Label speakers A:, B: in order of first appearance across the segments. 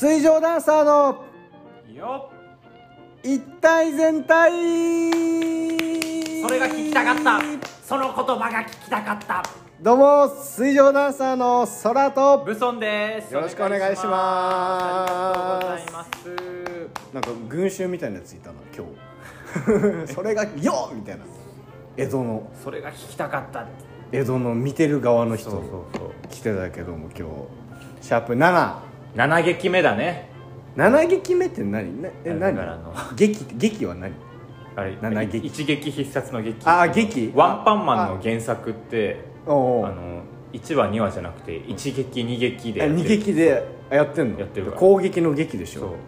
A: 水上ダンサーの
B: よ
A: 一体全体。
B: それが聞きたかった。その言葉が聞きたかった。
A: どうも水上ダンサーの空と
B: ブソンです。
A: よろしくお願いします。
B: ありがとうございます。
A: なんか群衆みたいなやついたな今日それがよっみたいな、江戸の
B: それが聞きたかった。
A: 江戸の見てる側の人
B: そう
A: 来てたけども、今日シャープ
B: 7劇目だね。
A: 7劇目って何？何？
B: だから
A: 劇は何？
B: あれ
A: 7劇
B: 一撃必殺の劇。
A: 劇？
B: ワンパンマンの原作って
A: おう
B: 1話2話じゃなくて一撃2撃でやってる。
A: 2撃でやってんの？
B: やってるから
A: 攻撃の劇でしょ。
B: そう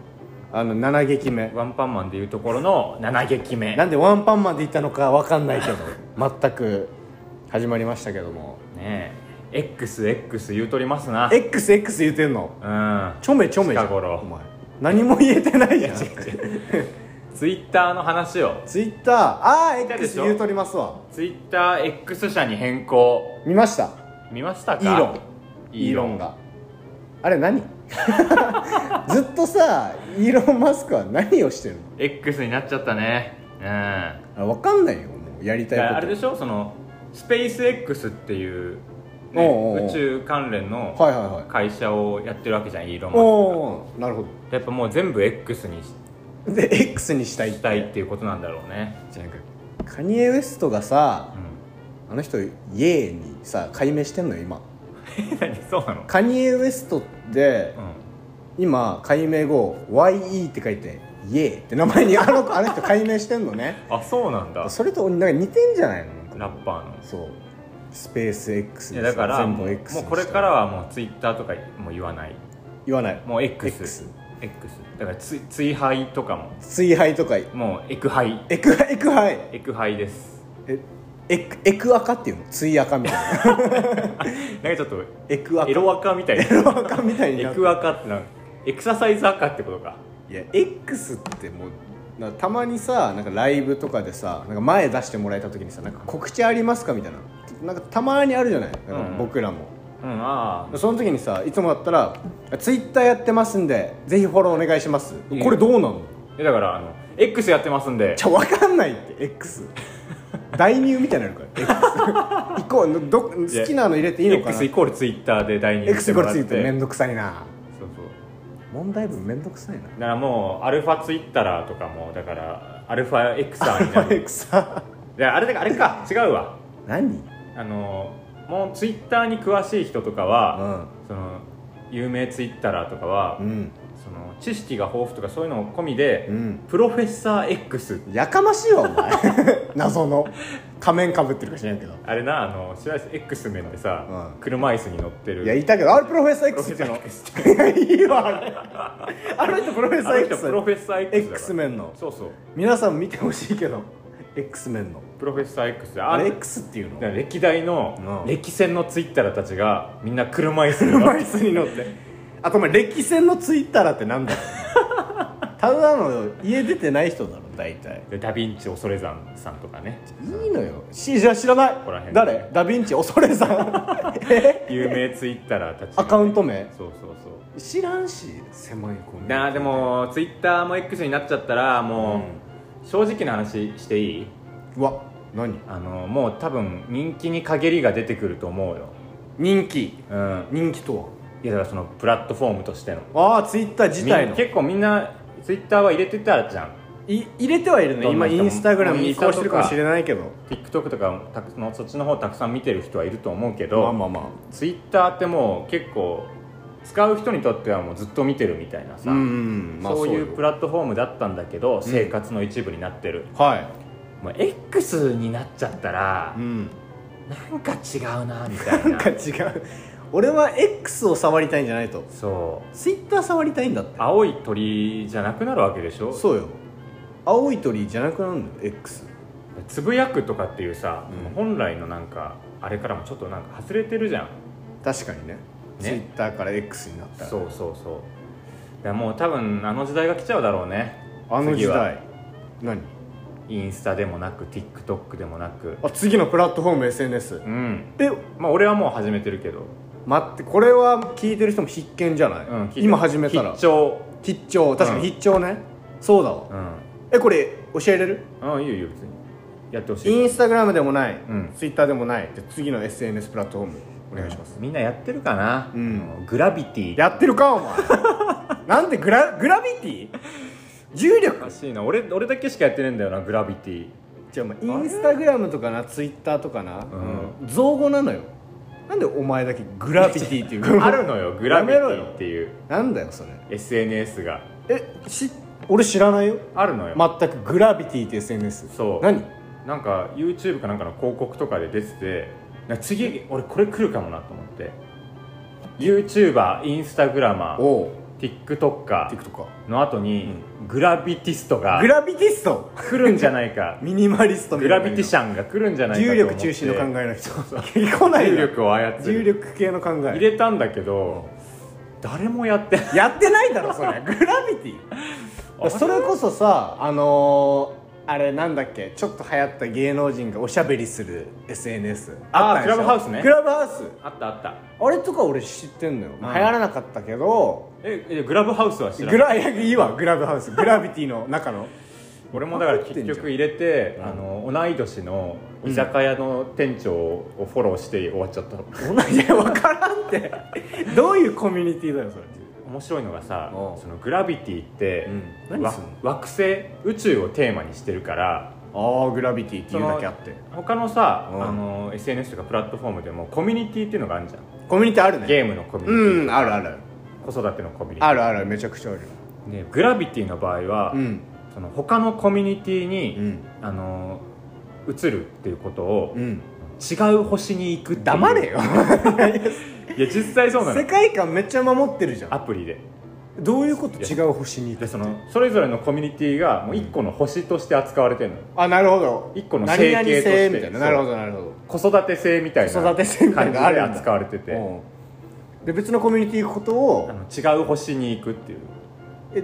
A: 7劇目。
B: ワンパンマンでいうところの7劇目。
A: なんでワンパンマンで言ったのか分かんないけど全く始まりましたけども
B: ねえ XX 言うとりますな。
A: XX 言うてんの？ちょめじゃん
B: 近頃
A: お前何も言えてないじゃん
B: ツイッターの話を。
A: ツイッターX
B: 見たでしょ
A: 言うとりますわ。
B: ツイッター X 社に変更。
A: 見ました。
B: 見ましたか？
A: イーロンがあれ何ずっとさイーロン・マスクは何をしてるの？
B: X になっちゃったね。
A: 分かんないよもうやりたいこと。
B: あれでしょ、そのスペース X っていう、宇宙関連の会社をやってるわけじゃん、イーロン・マスクが。
A: なるほど。
B: やっぱもう全部 X に
A: で X にしたい
B: っていうことなんだろうね。
A: じゃあなんかカニエ・ウエストがさ、あの人イエーにさ改名してんのよ今
B: 何？そうなの？
A: カニエ・ウエストで、今改名後 YE って書いてイエーって名前にあの人改名してんのね
B: あ、そうなんだ。
A: それとなんか似てんじゃないの？
B: ラッパーの。
A: そうスペース X
B: いやだから
A: 全部 X
B: もうこれからはもうツイッターとかもう言わない。もう X だから追廃とかも
A: 追廃とか
B: もうエクハイです
A: エクアカっていうの？追アカみたいな
B: なんかちょっと
A: エクアカ
B: エロアカみたいな
A: エロアカみたいになって
B: エクアカってなんかエクササイズアカってことか。
A: いや X ってもうなんかたまにさなんかライブとかでさなんか前出してもらえた時にさなんか告知ありますかみたいななんかたまにあるじゃない、僕らも、その時にさいつもだったらツイッターやってますんでぜひフォローお願いします。これどうなの？
B: だからX やってますんで
A: 分かんないって X 代入みたいになるからX 好きなの入れていいのかな。
B: X イコールツイッターで代入してもらって
A: X イコールツイッターめんどくさいな。
B: そう
A: 問題文めんどくさいな。だ
B: からもうアルファツイッターとかもだからアルファエクサーになる。
A: エクサ
B: ーあれか違うわ。
A: 何？
B: もうツイッターに詳しい人とかは、その有名ツイッターとかは、その知識が豊富とかそういうの込みで、プロフェッサー X
A: やかましいわお前謎の仮面かぶってるか知らんけど
B: あれな知らない X メンでさ、車椅子に乗ってる。
A: いやいたけどあれプロフェッサー X っていうのいいわあの人プロフェッサー X
B: プロフェッサー
A: X メンの
B: そう
A: 皆さん見てほしいけど X メンの
B: プロフェッサー X で
A: あれ X っていうの？
B: 歴代の歴戦のツイッターたちがみんな車椅子
A: に乗ってあとお前歴戦のツイッターってなんだよただの家出てない人だろ大体。
B: ダヴィンチ恐山さんとかね。
A: いいのよ知らない。誰？ダヴィンチ恐山
B: 有名ツイッターたち、
A: アカウント名？
B: そう
A: 知らんし狭い子
B: でもツイッターも X になっちゃったらもう、正直な話していい？
A: うわ何？
B: もう多分人気に陰りが出てくると思うよ。
A: 人気とは？
B: いやだからそのプラットフォームとしての
A: ツイッター自体の
B: 結構みんなツイッターは入れてたじゃん。
A: 入れてはいるね。今インスタグラムに移行してるかもしれないけど
B: TikTok とかそっちの方たくさん見てる人はいると思うけど、ツイッターってもう結構使う人にとってはもうずっと見てるみたいなさ、そういうプラットフォームだったんだけど、生活の一部になってる。もう X になっちゃったら、なんか違うなみたいな。
A: なんか違う。俺は X を触りたいんじゃないと。
B: そう
A: ツイッター触りたいんだって。
B: 青い鳥じゃなくなるわけでしょ。
A: そうよ。青い鳥じゃなくなるんだよ X。
B: つぶやくとかっていうさ、本来のなんかあれからもちょっとなんか外れてるじゃん。
A: 確かにね。ツイッターから X になったら。
B: そうだもう多分あの時代が来ちゃうだろうね。
A: あの時代何？
B: インスタでもなく TikTok でもなく、
A: 次のプラットフォーム SNS。
B: まあ俺はもう始めてるけど。
A: 待って、これは聞いてる人も必見じゃない、今始めたら
B: 必聴、
A: 確かに必聴ね、そうだわ、これ教えれる？
B: いいよ別にやってほしい。
A: インスタグラムでもない、ツイッターでもない、じゃ次の SNS プラットフォームお願いします。
B: みんなやってるかな、グラビティ
A: やってるかお前なんでグラビティ重力
B: おかしいな、俺だけしかやってねえんだよな、グラビティ。
A: じゃあインスタグラムとかな、ツイッターとかな、造語なのよ。なんでお前だけグラビティっていう
B: あるのよ、グラビティっていう。
A: なんだよそれ
B: SNS が。
A: 俺知らないよ。
B: あるのよ
A: 全く。グラビティって SNS。
B: そう、
A: 何？
B: なんか YouTube かなんかの広告とかで出てて、次俺これ来るかもなと思って、 YouTuber、インスタグラマー、TikToker の後に、グラビティストが
A: グラビティスト
B: 来るんじゃないか
A: ミニマリスト
B: グラビティシャンが来るんじゃないかと思って、
A: 重力中心の考えの人来ない
B: 重力を操る
A: 重力系の考え
B: 入れたんだけど、誰もやって
A: ないだろそれグラビティそれこそさ、あれなんだっけ、ちょっと流行った芸能人がおしゃべりする SNS あったでしょ。
B: クラブハウスね。
A: クラブハウス
B: あった
A: あれとか俺知ってんのよ、流行らなかったけど。
B: グラブハウスは知らない。
A: いいわ、グラブハウスグラビティの中の
B: 俺もだから結局入れて、同い年の居酒屋の店長をフォローして終わっちゃったの。
A: いや分からんってどういうコミュニティだよそれ。
B: 面白いのがさ、そのグラビティって、惑星宇宙をテーマにしてるから、
A: グラビティっていうだけあって、
B: 他のさ、SNS とかプラットフォームでもコミュニティっていうのがあるじゃん。
A: コミュニティあるね。
B: ゲームのコミュニティ、
A: ある
B: 子育てのコミュニティ
A: あるめちゃくちゃある。
B: でグラビティの場合は、その他のコミュニティに、移るっていうことを、違う星に行くっていう。
A: 黙れよ
B: いや実際そうなの。
A: 世界観めっちゃ守ってるじゃん、
B: アプリで。
A: どういうこと？違う星に行く
B: で、それぞれのコミュニティがもう1個の星として扱われてるの。
A: なるほど。
B: 1個の星系として
A: みたいな。なるほど。
B: 子育て性みたいな感じで扱われてて、
A: で別のコミュニティ行くことを
B: 違う星に行くっていう。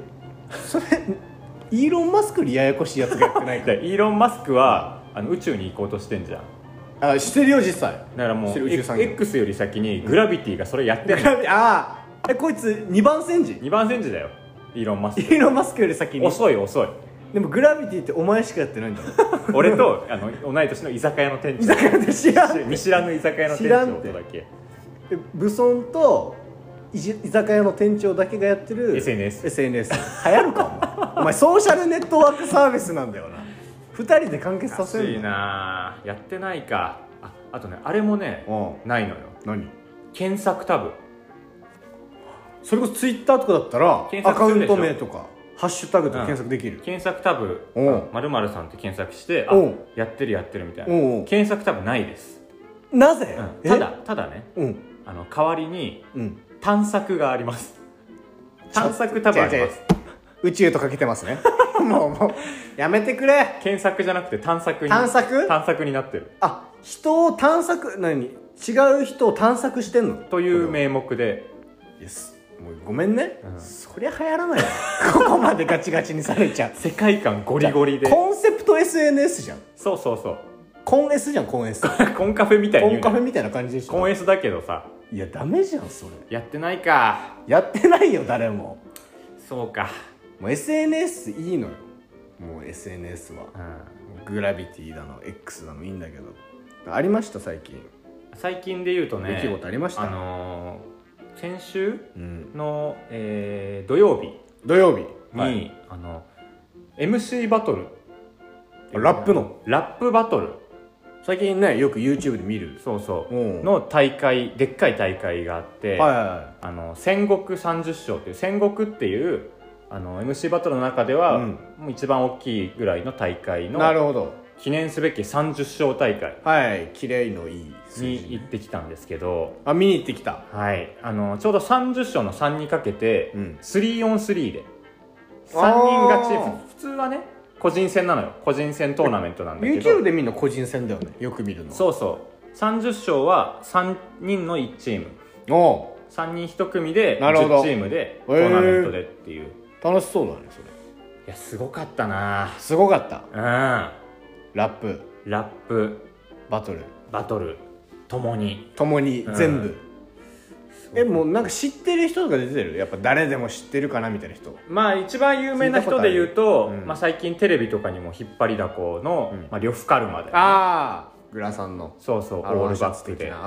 A: それイーロン・マスクにややこしいやつがやってないか
B: イーロン・マスクは宇宙に行こうとしてんじゃん。
A: してるよ実際。
B: だからもう X より先にグラビティがそれやってる。
A: こいつ2番戦時
B: だよ、イーロン・マスク。
A: イーロン・マスクより先に。
B: 遅い。
A: でもグラビティってお前しかやってないんだろ
B: 俺と同い年の居酒屋の店長、見知らぬ居酒屋の店長とだけ。
A: ブソンと居酒屋の店長だけがやってる
B: SNS
A: 流行るかお前ソーシャルネットワークサービスなんだよな。2人で完結させるの。
B: 欲しいな。やってないか。あとね、あれもね、ないのよ。
A: 何？
B: 検索タブ。
A: それこそツイッターとかだったらアカウント名とかハッシュタグとか検索できる。
B: 検索タブ〇〇さんって検索して、やってるみたいな。検索タブないです。
A: なぜ？
B: ただね、代わりに探索があります。探索タブあります。
A: 宇宙とかけてますねもうやめてくれ。
B: 検索じゃなくて探索になってる。
A: 人を探索、違う人を探索してんの
B: という名目で。
A: もうごめんね、そりゃ流行らないよここまでガチガチにされちゃう。
B: 世界観ゴリゴリで。
A: コンセプト SNS じゃん。
B: そう
A: コン S じゃん。コン S
B: コンカフェみたいに言うね。
A: コンカフェみたいな感じでしょ。
B: コン S だけどさ。
A: いやダメじゃんそれ。
B: やってないか。
A: やってないよ誰も。
B: そうか。
A: もう SNS いいのよ。もう SNS は、グラビティだの X だのいいんだけど。ありました最近
B: で言うとね、
A: 出来事ありました。
B: 先週の、土曜日に、MC バトル、
A: ラップバトル最近ねよく YouTube で見る
B: の大会、でっかい大会があって、戦国30勝っていう、戦国っていうMC バトルの中では、もう一番大きいぐらいの大会の、
A: なるほど、
B: 記念すべき30勝大会、
A: 綺麗のいい
B: に行ってきたんですけど、
A: 見に行ってきた。
B: ちょうど30勝の3にかけて、3on3 で3人勝ち。普通はね個人戦なのよ。個人戦トーナメントなんだけど、
A: YouTube で見るの個人戦だよね、よく見るの。
B: 30勝は3人の1チーム、3人1組で10チームでトーナメントでっていう。
A: 楽しそうだねそれ。
B: いやすごかったな。
A: すごかった。ラップ
B: バ
A: トル
B: ともに
A: 全部。
B: そう
A: もうなんか知ってる人とか出てる？やっぱ誰でも知ってるかなみたいな人。
B: まあ一番有名な人で言うと、まあ、最近テレビとかにも引っ張りだこの、まあ、呂布カルマで、ね、
A: ああグラさんの
B: そうそうオールバックで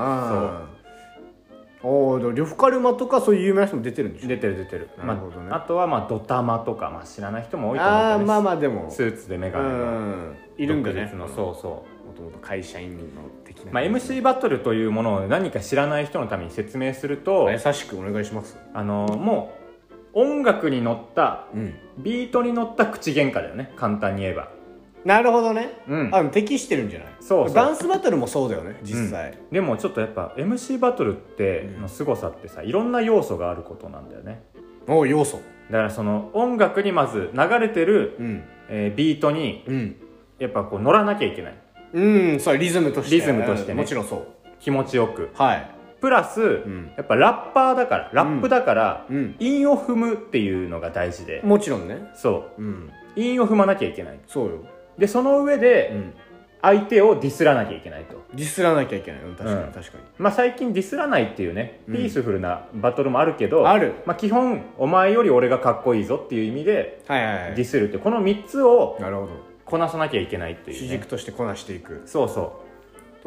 A: 呂布カルマとかそういう有名な人も出てるんでしょ？出てる。
B: なるほどね。あとはまあドタマとか、まあ、知らない人も多いと思うんだけど、
A: まあまあでも
B: スーツでメガネの
A: いるんだね。
B: そうそう
A: もともと会社員の的な、
B: まあ、MC バトルというものを何か知らない人のために説明すると、
A: 優しくお願いします。
B: もう音楽に乗った、ビートに乗った口喧嘩だよね、簡単に言えば。
A: なるほどね、適してるんじゃない？
B: そう
A: ダンスバトルもそうだよね実際、
B: でもちょっとやっぱ MC バトルっての凄さってさ、いろんな要素があることなんだよね。
A: 要素
B: だからその音楽にまず流れてる、ビートに、やっぱこう乗らなきゃいけない。
A: そうリズムとしてね、もちろんそう
B: 気持ちよく、
A: はい
B: プラス、やっぱラッパーだからラップだから、韻を踏むっていうのが大事で、
A: もちろんね、
B: そう、韻を踏まなきゃいけない。
A: そうよ。
B: でその上で、相手をディスらなきゃいけないと。
A: ディスらなきゃいけない。確かに確かに。
B: まあ最近ディスらないっていうね、ピースフルなバトルもあるけど、
A: ある。
B: まあ基本お前より俺がかっこいいぞっていう意味でディスるってこの3つをこなさなきゃいけないっていう、
A: 主軸としてこなしていく。
B: そうそう。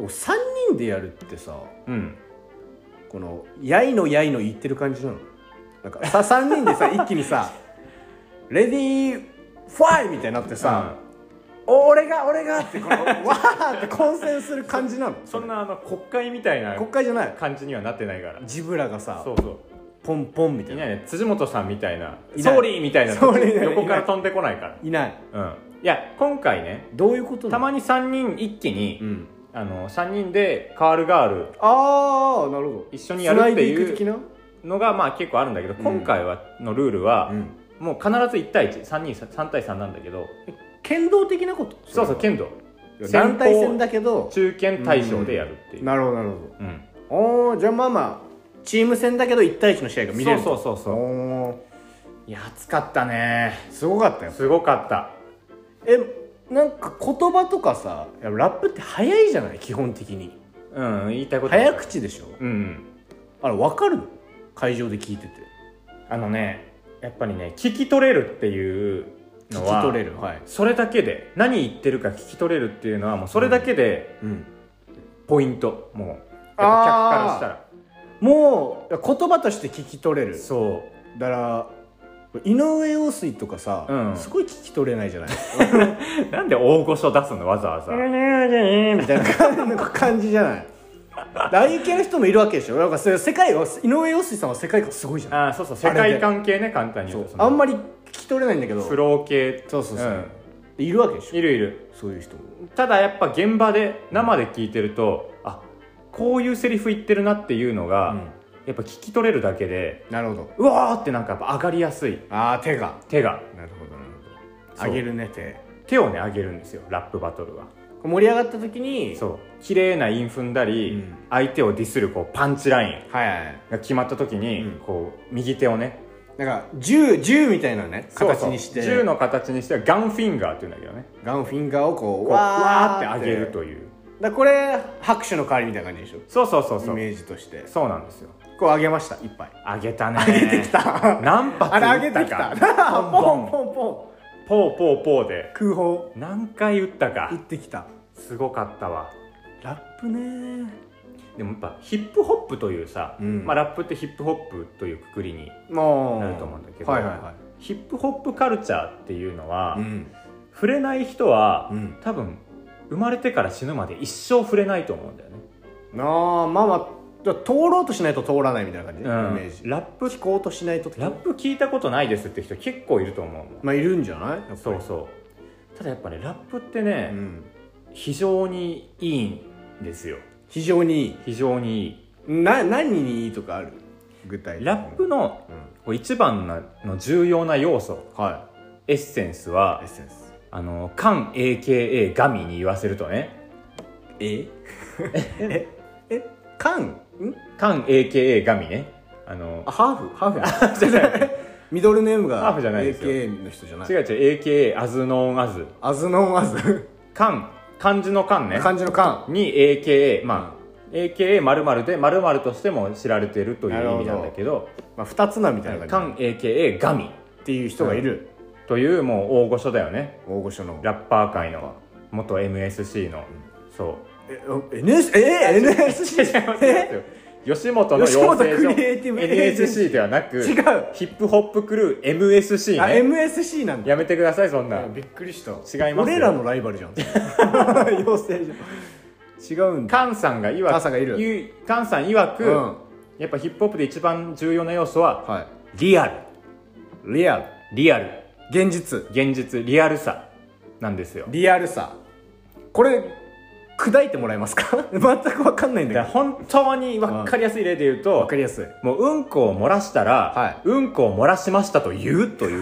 A: でも3人でやるってさ、このやいの言ってる感じなの。なんか3人でさ一気にさレディーファイみたいになってさ、俺がってこのわーって混戦する感じなの？
B: そんな国会みたいな
A: 国会じゃない
B: 感じにはなってないから。
A: ジブラがさ、
B: そうそう
A: ポンポンみたいな。
B: いないね。辻元さんみたいな総理みたいな横から飛んでこないから。
A: いない。
B: いや今回ね、
A: どういうこと？
B: たまに3人一気に、3人でカールガール
A: なるほど
B: 一緒にやるっていうのがまあ結構あるんだけど、今回のルールは、もう必ず1対1、3対3なんだけど、
A: 剣道的なこと？
B: そうそう、剣道
A: 団体戦だけど
B: 中堅大将でやるっていう。
A: なるほど、じゃあまあチーム戦だけど1対1の試合が見れる。
B: そういや熱かったね。
A: すごかったよ。
B: すごかった。
A: なんか言葉とかさ、ラップって早いじゃない基本的に。
B: 言いたいこと
A: 早口でしょ。あれ分かるの？会場で聞いてて。
B: やっぱりね、聞き取れるっていうのは、それだけで何言ってるか聞き取れるっていうのはもうそれだけでポイント。もうやっぱ客からしたら
A: もう言葉として聞き取れる。
B: そう
A: だから井上陽水とかさ、すごい聞き取れないじゃない
B: なんで大御所出すのわざわざ
A: みたいな感じじゃないああいう系の人もいるわけでしょ。なんか世界を井上陽水さんは世界観すごいじゃん。
B: そうそう、世界観系ね、簡単に言うと。
A: あんまり聞き取れないんだけど、
B: フロー系。
A: そう、いるわけでしょ。
B: いる
A: そういう人も。
B: ただやっぱ現場で生で聞いてると、こういうセリフ言ってるなっていうのが、やっぱ聞き取れるだけで、
A: なるほど、
B: うわーってなんかやっぱ上がりやすい。
A: 手が
B: なるほど
A: 上げるね。
B: 手をね上げるんですよ、ラップバトルは。
A: 盛り上がった時に
B: 綺麗な韻踏んだり、相手をディスるこうパンチラインが決まった時に、こう右手をね、
A: なんか銃みたいなね形にして、
B: 銃の形にしてガンフィンガーっていうんだけどね、
A: ガンフィンガーをこう
B: わーって上げるという。
A: これ拍手の代わりみたいな感じでしょ。
B: そう
A: イメージとして。
B: そうなんですよ。
A: こう上げました。いっぱい
B: 上げたね。
A: 上げてきた。
B: 何発
A: 上げてきた。ポンポンポン
B: ポーポーポーで
A: 空砲
B: 何回打ったか。
A: 打ってきた。
B: すごかったわ。
A: ラップね。
B: でもやっぱヒップホップというさ、まあラップってヒップホップというくくりになると思うんだけど、ヒップホップカルチャーっていうのは、触れない人は、多分生まれてから死ぬまで一生触れないと思うんだよね。
A: 通ろうとしないと通らないみたいな感じ、イメージ。
B: ラップ
A: 聞こうとしないと。
B: ラップ聞いたことないですって人結構いると思う。
A: いるんじゃない？
B: ただやっぱね、ラップってね、非常にいいんですよ。
A: 非常にいい。何にいいとかある？具体的に。
B: ラップの一番の重要な要素、エッセンスは、カン AKA ガミに言わせるとね、
A: カン
B: AKA ガミね、
A: ハーフじゃないミドルネームが
B: ハーフじゃないですよ。
A: AKA の人じゃない。
B: 違う AKA アズノンアズ
A: 漢字の漢ね。
B: 漢字の漢に AKA、 AKA 〇〇で〇〇としても知られているという意味なんだけど、
A: まあ、二つ名みたいな
B: 感 AKA ガミ
A: っていう人がいる、
B: というもう大御所だよね。
A: 大御所の
B: ラッパー界の元 MSC の、そう
A: NSC
B: 吉本の養成所
A: 吉本クリエイティブ
B: NSC ではなく
A: 違う
B: ヒップホップクルー MSC ね。
A: あ MSC なんだ。
B: やめてくださいそんな。
A: びっくりした。
B: 違いますよ。
A: 俺らのライバルじゃん養成所違うんだ。
B: カンさんが曰く、やっぱヒップホップで一番重要な要素は、
A: はい、
B: リアル
A: 現実
B: リアルさなんですよ。
A: リアルさ。これ砕いてもらえますか全く分かんないんだけど。
B: 本当に分かりやすい例で言うと、
A: 分かりやすい。
B: もううんこを漏らしたら、
A: はい、
B: うんこを漏らしましたと言うという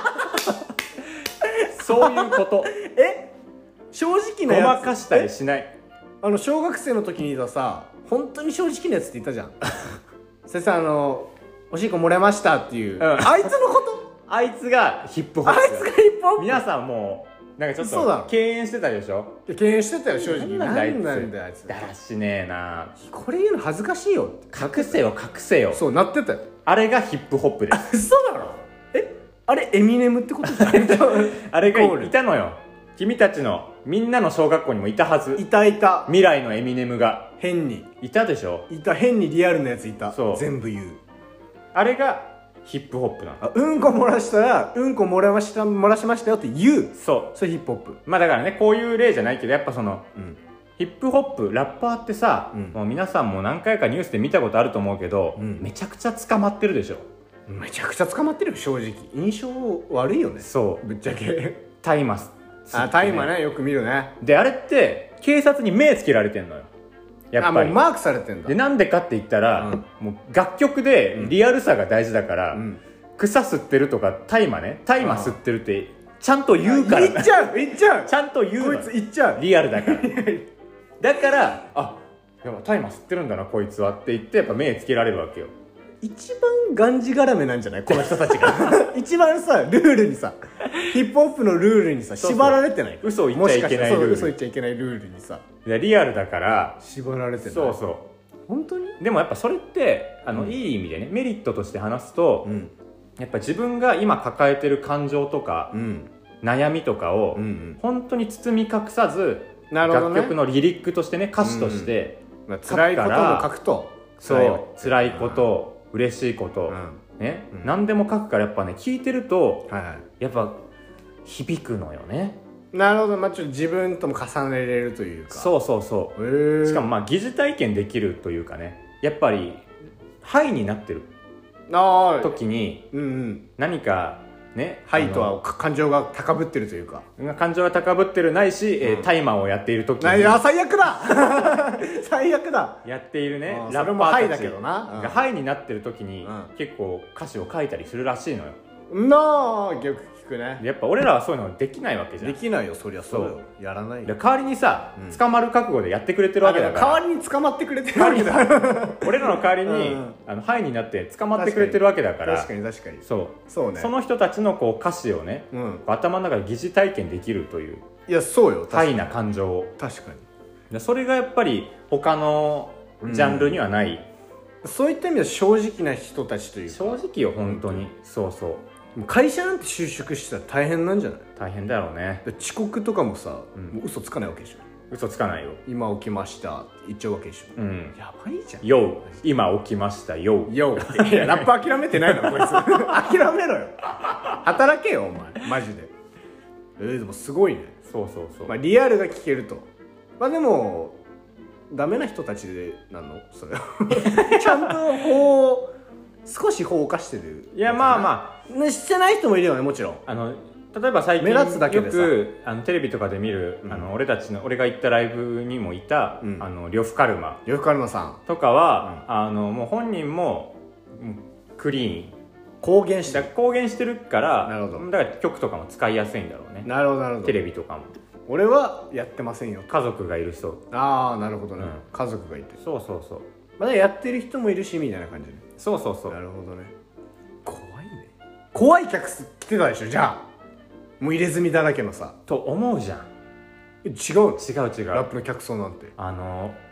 B: そういうこと
A: 正直なやつ
B: ごまかしたりしない。
A: 小学生の時にさ本当に正直なやつって言ったじゃん先生おしっこ漏れましたっていう、あいつのこと
B: あいつがヒップホップ。
A: あいつがヒップホップ。
B: 皆さんもうなんかちょっと敬遠してたでしょ。
A: 敬遠してたよ正直。
B: なんだあいつ
A: あいつ
B: だらしねえな。
A: これ言うの恥ずかしいよって。
B: 隠せよ。そう
A: なってたよ。
B: あれがヒップホップです。
A: 嘘だろ。あれエミネムってことじゃない
B: あれがいたのよ。君たちのみんなの小学校にもいたはず。
A: いた
B: 未来のエミネムが
A: 変に
B: いたでしょ。
A: 変にリアルなやついた。
B: そう
A: 全部言う。
B: あれがヒップホップなの。
A: うんこ漏らしたらうんこ漏らしましたよって言う。それヒップホップ。
B: まあだからねこういう例じゃないけどやっぱその、ヒップホップラッパーってさ、もう皆さんも何回かニュースで見たことあると思うけど、めちゃくちゃ捕まってるでしょ。
A: めちゃくちゃ捕まってるよ正直。印象悪いよね。
B: そう
A: ぶっちゃけ
B: タイマス、
A: タイマねよく見るね。
B: であれって警察に目つけられてんのよやっぱり。
A: もうマークされてんだ。
B: でなんでかって言ったら、もう楽曲でリアルさが大事だから、草吸ってるとか大麻吸ってるってちゃんと言うから。
A: 言っちゃう
B: ちゃんと言うの。
A: こいつ言っちゃう。
B: リアルだからだからやっぱ大麻吸ってるんだなこいつはって言ってやっぱ目つけられるわけよ。
A: 一番がんじがらめなんじゃないこの人たちが一番さルールにさヒップホップのルールにさ縛られてない。
B: 嘘を言っちゃいけないルール。
A: 嘘言っちゃいけないルールにさ
B: リアルだから
A: 縛られてない。
B: そう
A: 本当に。
B: でもやっぱそれっていい意味でねメリットとして話すと、やっぱ自分が今抱えてる感情とか、悩みとかを、本当に包み隠さず、楽曲のリリックとしてね歌詞として
A: 辛いことも書くと。
B: そう辛いこと嬉しいこと、ね、何でも書くからやっぱね聞いてると、やっぱ響くのよね。
A: なるほど。ちょっと自分とも重ねれるというか。
B: そうしかも疑似体験できるというかね。やっぱりハイになってる時に何かね
A: ハイとは感情が高ぶってるというか。
B: 感情が高ぶってるないし大麻をやっている時に。
A: いや最悪だ最悪だ。
B: やっているね
A: ラッパーたちが
B: ハイになってる時に結構歌詞を書いたりするらしいのよ。
A: よく聞くね。
B: やっぱ俺らはそういうのできないわけじゃん。
A: できないよそりゃそうよ。やらないよ。
B: 代わりにさ捕まる覚悟でやってくれてるわけだから。
A: 代わりに捕まってくれてるわけだ
B: 俺らの代わりにハイになって捕まってくれてるわけだから。
A: 確かに
B: そうね。その人たちの歌詞をね頭の中で疑似体験できるという。
A: いやそうよ。
B: ハイな感情を。
A: 確か
B: にそれがやっぱり他のジャンルにはない、
A: そういった意味では正直な人たちというか。
B: 正直よ本当に。そう
A: 会社なんて就職したら大変なんじゃない。
B: 大変だろうね。
A: 遅刻とかもさ、もう嘘つかないわけでしょ。
B: 嘘つかないよ。
A: 今起きましたって言っちゃうわけでしょ。やばいじゃん。
B: よ今起きましたよ
A: いやラップ諦めてないだろこいつ諦めろよ働けよお前マジで。でもすごいね。 そうリアルが聞けると。でもダメな人たちでなんのそれちゃんと少し法を犯してる。
B: いやまあ
A: してない人もいるよねもちろん。
B: 例えば最近
A: 目立つだけでさ
B: よくテレビとかで見る、俺が行ったライブにもいた、呂布カルマ
A: さん
B: とかは、もう本人もクリーン
A: 公言して
B: るから
A: なるほど。
B: だから曲とかも使いやすいんだろうね。
A: なるほど
B: テレビとかも。
A: 俺はやってませんよ。
B: 家族がいる人。
A: なるほどね。家族がいて。
B: そう
A: やってる人もいるしみたいな感じね。
B: そう
A: なるほどね。怖いね。怖い客来てたでしょじゃあ。もう入れ墨だらけのさ。
B: と思うじゃん。
A: 違う。ラ
B: 違う
A: ップの客層なんて。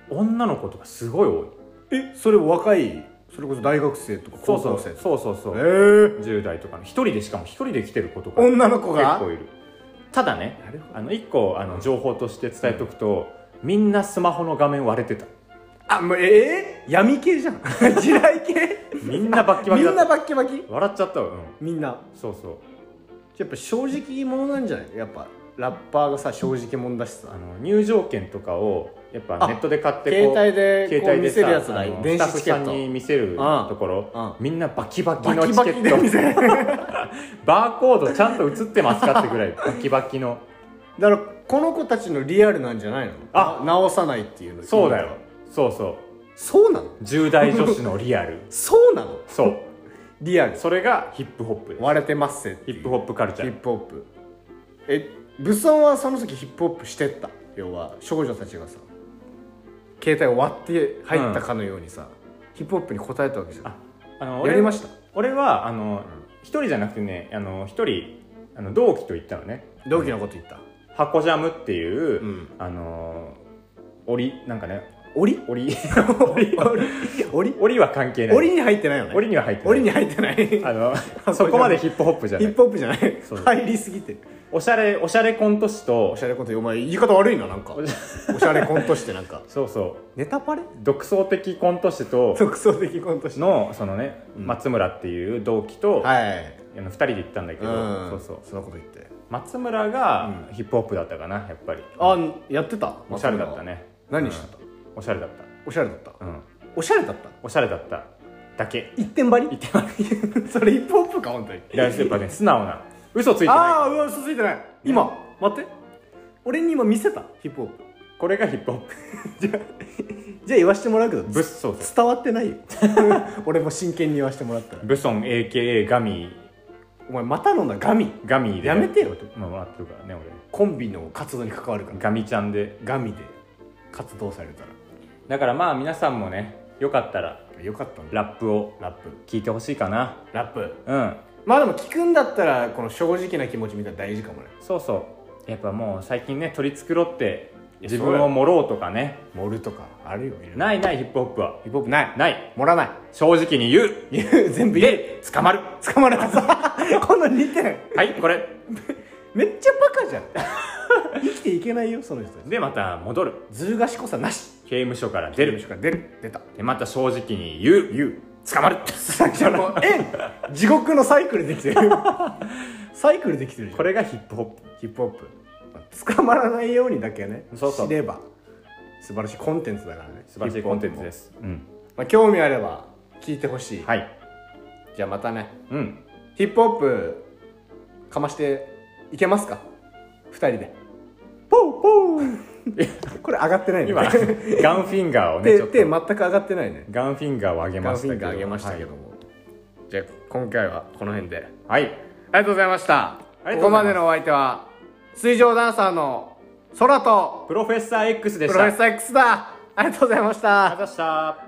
B: 女の子とかすごい多い。
A: それ若い、それこそ大学生とか高校生とか。
B: そう10代とかの一人で、しかも一人で来てる子とか
A: 女の子が
B: 結構いる。ただね、一個情報として伝えとくと、みんなスマホの画面割れてた。
A: もう闇系じゃん地雷系
B: みんなバッキバキだった。
A: みんなバッキバキ
B: 笑っちゃったわ。
A: みんな。
B: そうそう。
A: やっぱ正直者なんじゃない？やっぱラッパーがさ正直者だしさ、
B: 入場券とかをやっぱネットで買って
A: 携帯で見せるやつだ。
B: 電子チケットスタッフさんに見せるところ、みんなバキバキのチケットバーコードちゃんと映ってますかってぐらいバキバキの。
A: だからこの子たちのリアルなんじゃないの？直さないっていうの。
B: そうだよ。そう
A: なの
B: 10代女子のリアル
A: そうなの。
B: そう
A: リアル。
B: それがヒップホップです。
A: 割れてますせ。
B: ヒップホップカルチャー。
A: ヒップホップ。ブソンはその時ヒップホップしてった。要は少女たちがさ携帯を割って入ったかのようにさ、ヒップホップに答えたわけじゃん。やりました。
B: 俺は一人じゃなくてね、一人同期と行ったのね。
A: 同期のこと言った。
B: 箱ジャムっていう、なんかね、折りは関係ない。
A: 折りに入ってないよね。
B: 折りには入ってない。
A: 折りに入ってない。
B: そこまでヒップホップじゃない。
A: ヒップホップじゃない。入りすぎてる。
B: おしゃれコント師と。
A: おしゃれコント、お前言い方悪いな、なんか。おしゃれコント師ってなんか。
B: そうそう。
A: ネタパレ？
B: 独創的コント師と。
A: 独創的コント師
B: の、そのね、松村っていう同期と、2人で行ったんだけど、
A: そのこと言って。
B: 松村がヒップホップだったかな、やっぱり。
A: やってた？
B: おしゃれだったね。
A: 何してた？
B: おしゃれだった。
A: おしゃれだった。おしゃれだった。
B: おしゃれだっただけ。
A: 一点張り。それヒップホップか本当に。
B: やっぱね、素直な。嘘ついてない。
A: 嘘ついてない。今待って。俺に今見せたヒップホップ。
B: これがヒップホップ。
A: じゃあ言わしてもらうけど、
B: 伝
A: わってないよ。俺も真剣に言わしてもらったら。
B: ブソン AKA ガミ。
A: お前また飲んだガミで。やめてよ。
B: もらってるからね俺。
A: コンビの活動に関わるから。
B: ガミちゃんで。
A: ガミで活動されたら。
B: だからまあ皆さんもね、よかったらラップを聞いてほしいかな。
A: ラップ。まあでも聞くんだったらこの正直な気持ちみたいな大事かもね。
B: そうそう。やっぱもう最近ね、取り繕って自分を盛ろうとかね。
A: 盛るとかあるよ。
B: ないヒップホップは。
A: ヒップホップない。盛らない。
B: 正直に言う。
A: 全部言え。捕まる。この2点。
B: はい、これ。
A: めっちゃバカじゃん。生きていけないよその人
B: で。また戻る。
A: ずる賢さなし。
B: 刑務所から出る。
A: 出た。
B: でまた正直に言う。捕まる。
A: 地獄のサイクルできてる。
B: これがヒップホップ。
A: ヒップホップ。捕まらないようにだけね。
B: 知
A: れば素晴らしいコンテンツだからね。
B: 素晴らしいコンテンツです。
A: 興味あれば聞いてほしい。
B: はい。
A: じゃあまたね。ヒップホップかましていけますか？2人で。ポーこれ上がってないね。
B: 今ガンフィンガーをね、
A: 手全く上がってないね。
B: ガンフィンガーを上げましたけど。
A: じゃあ今回はこの辺で。
B: はい。
A: ありがとうございました。ここまでのお相手は水上ダンサーの空と
B: プロフェッサー X でした。
A: プロフェッサー X だ。ありがとうございました。
B: ありがとうございました。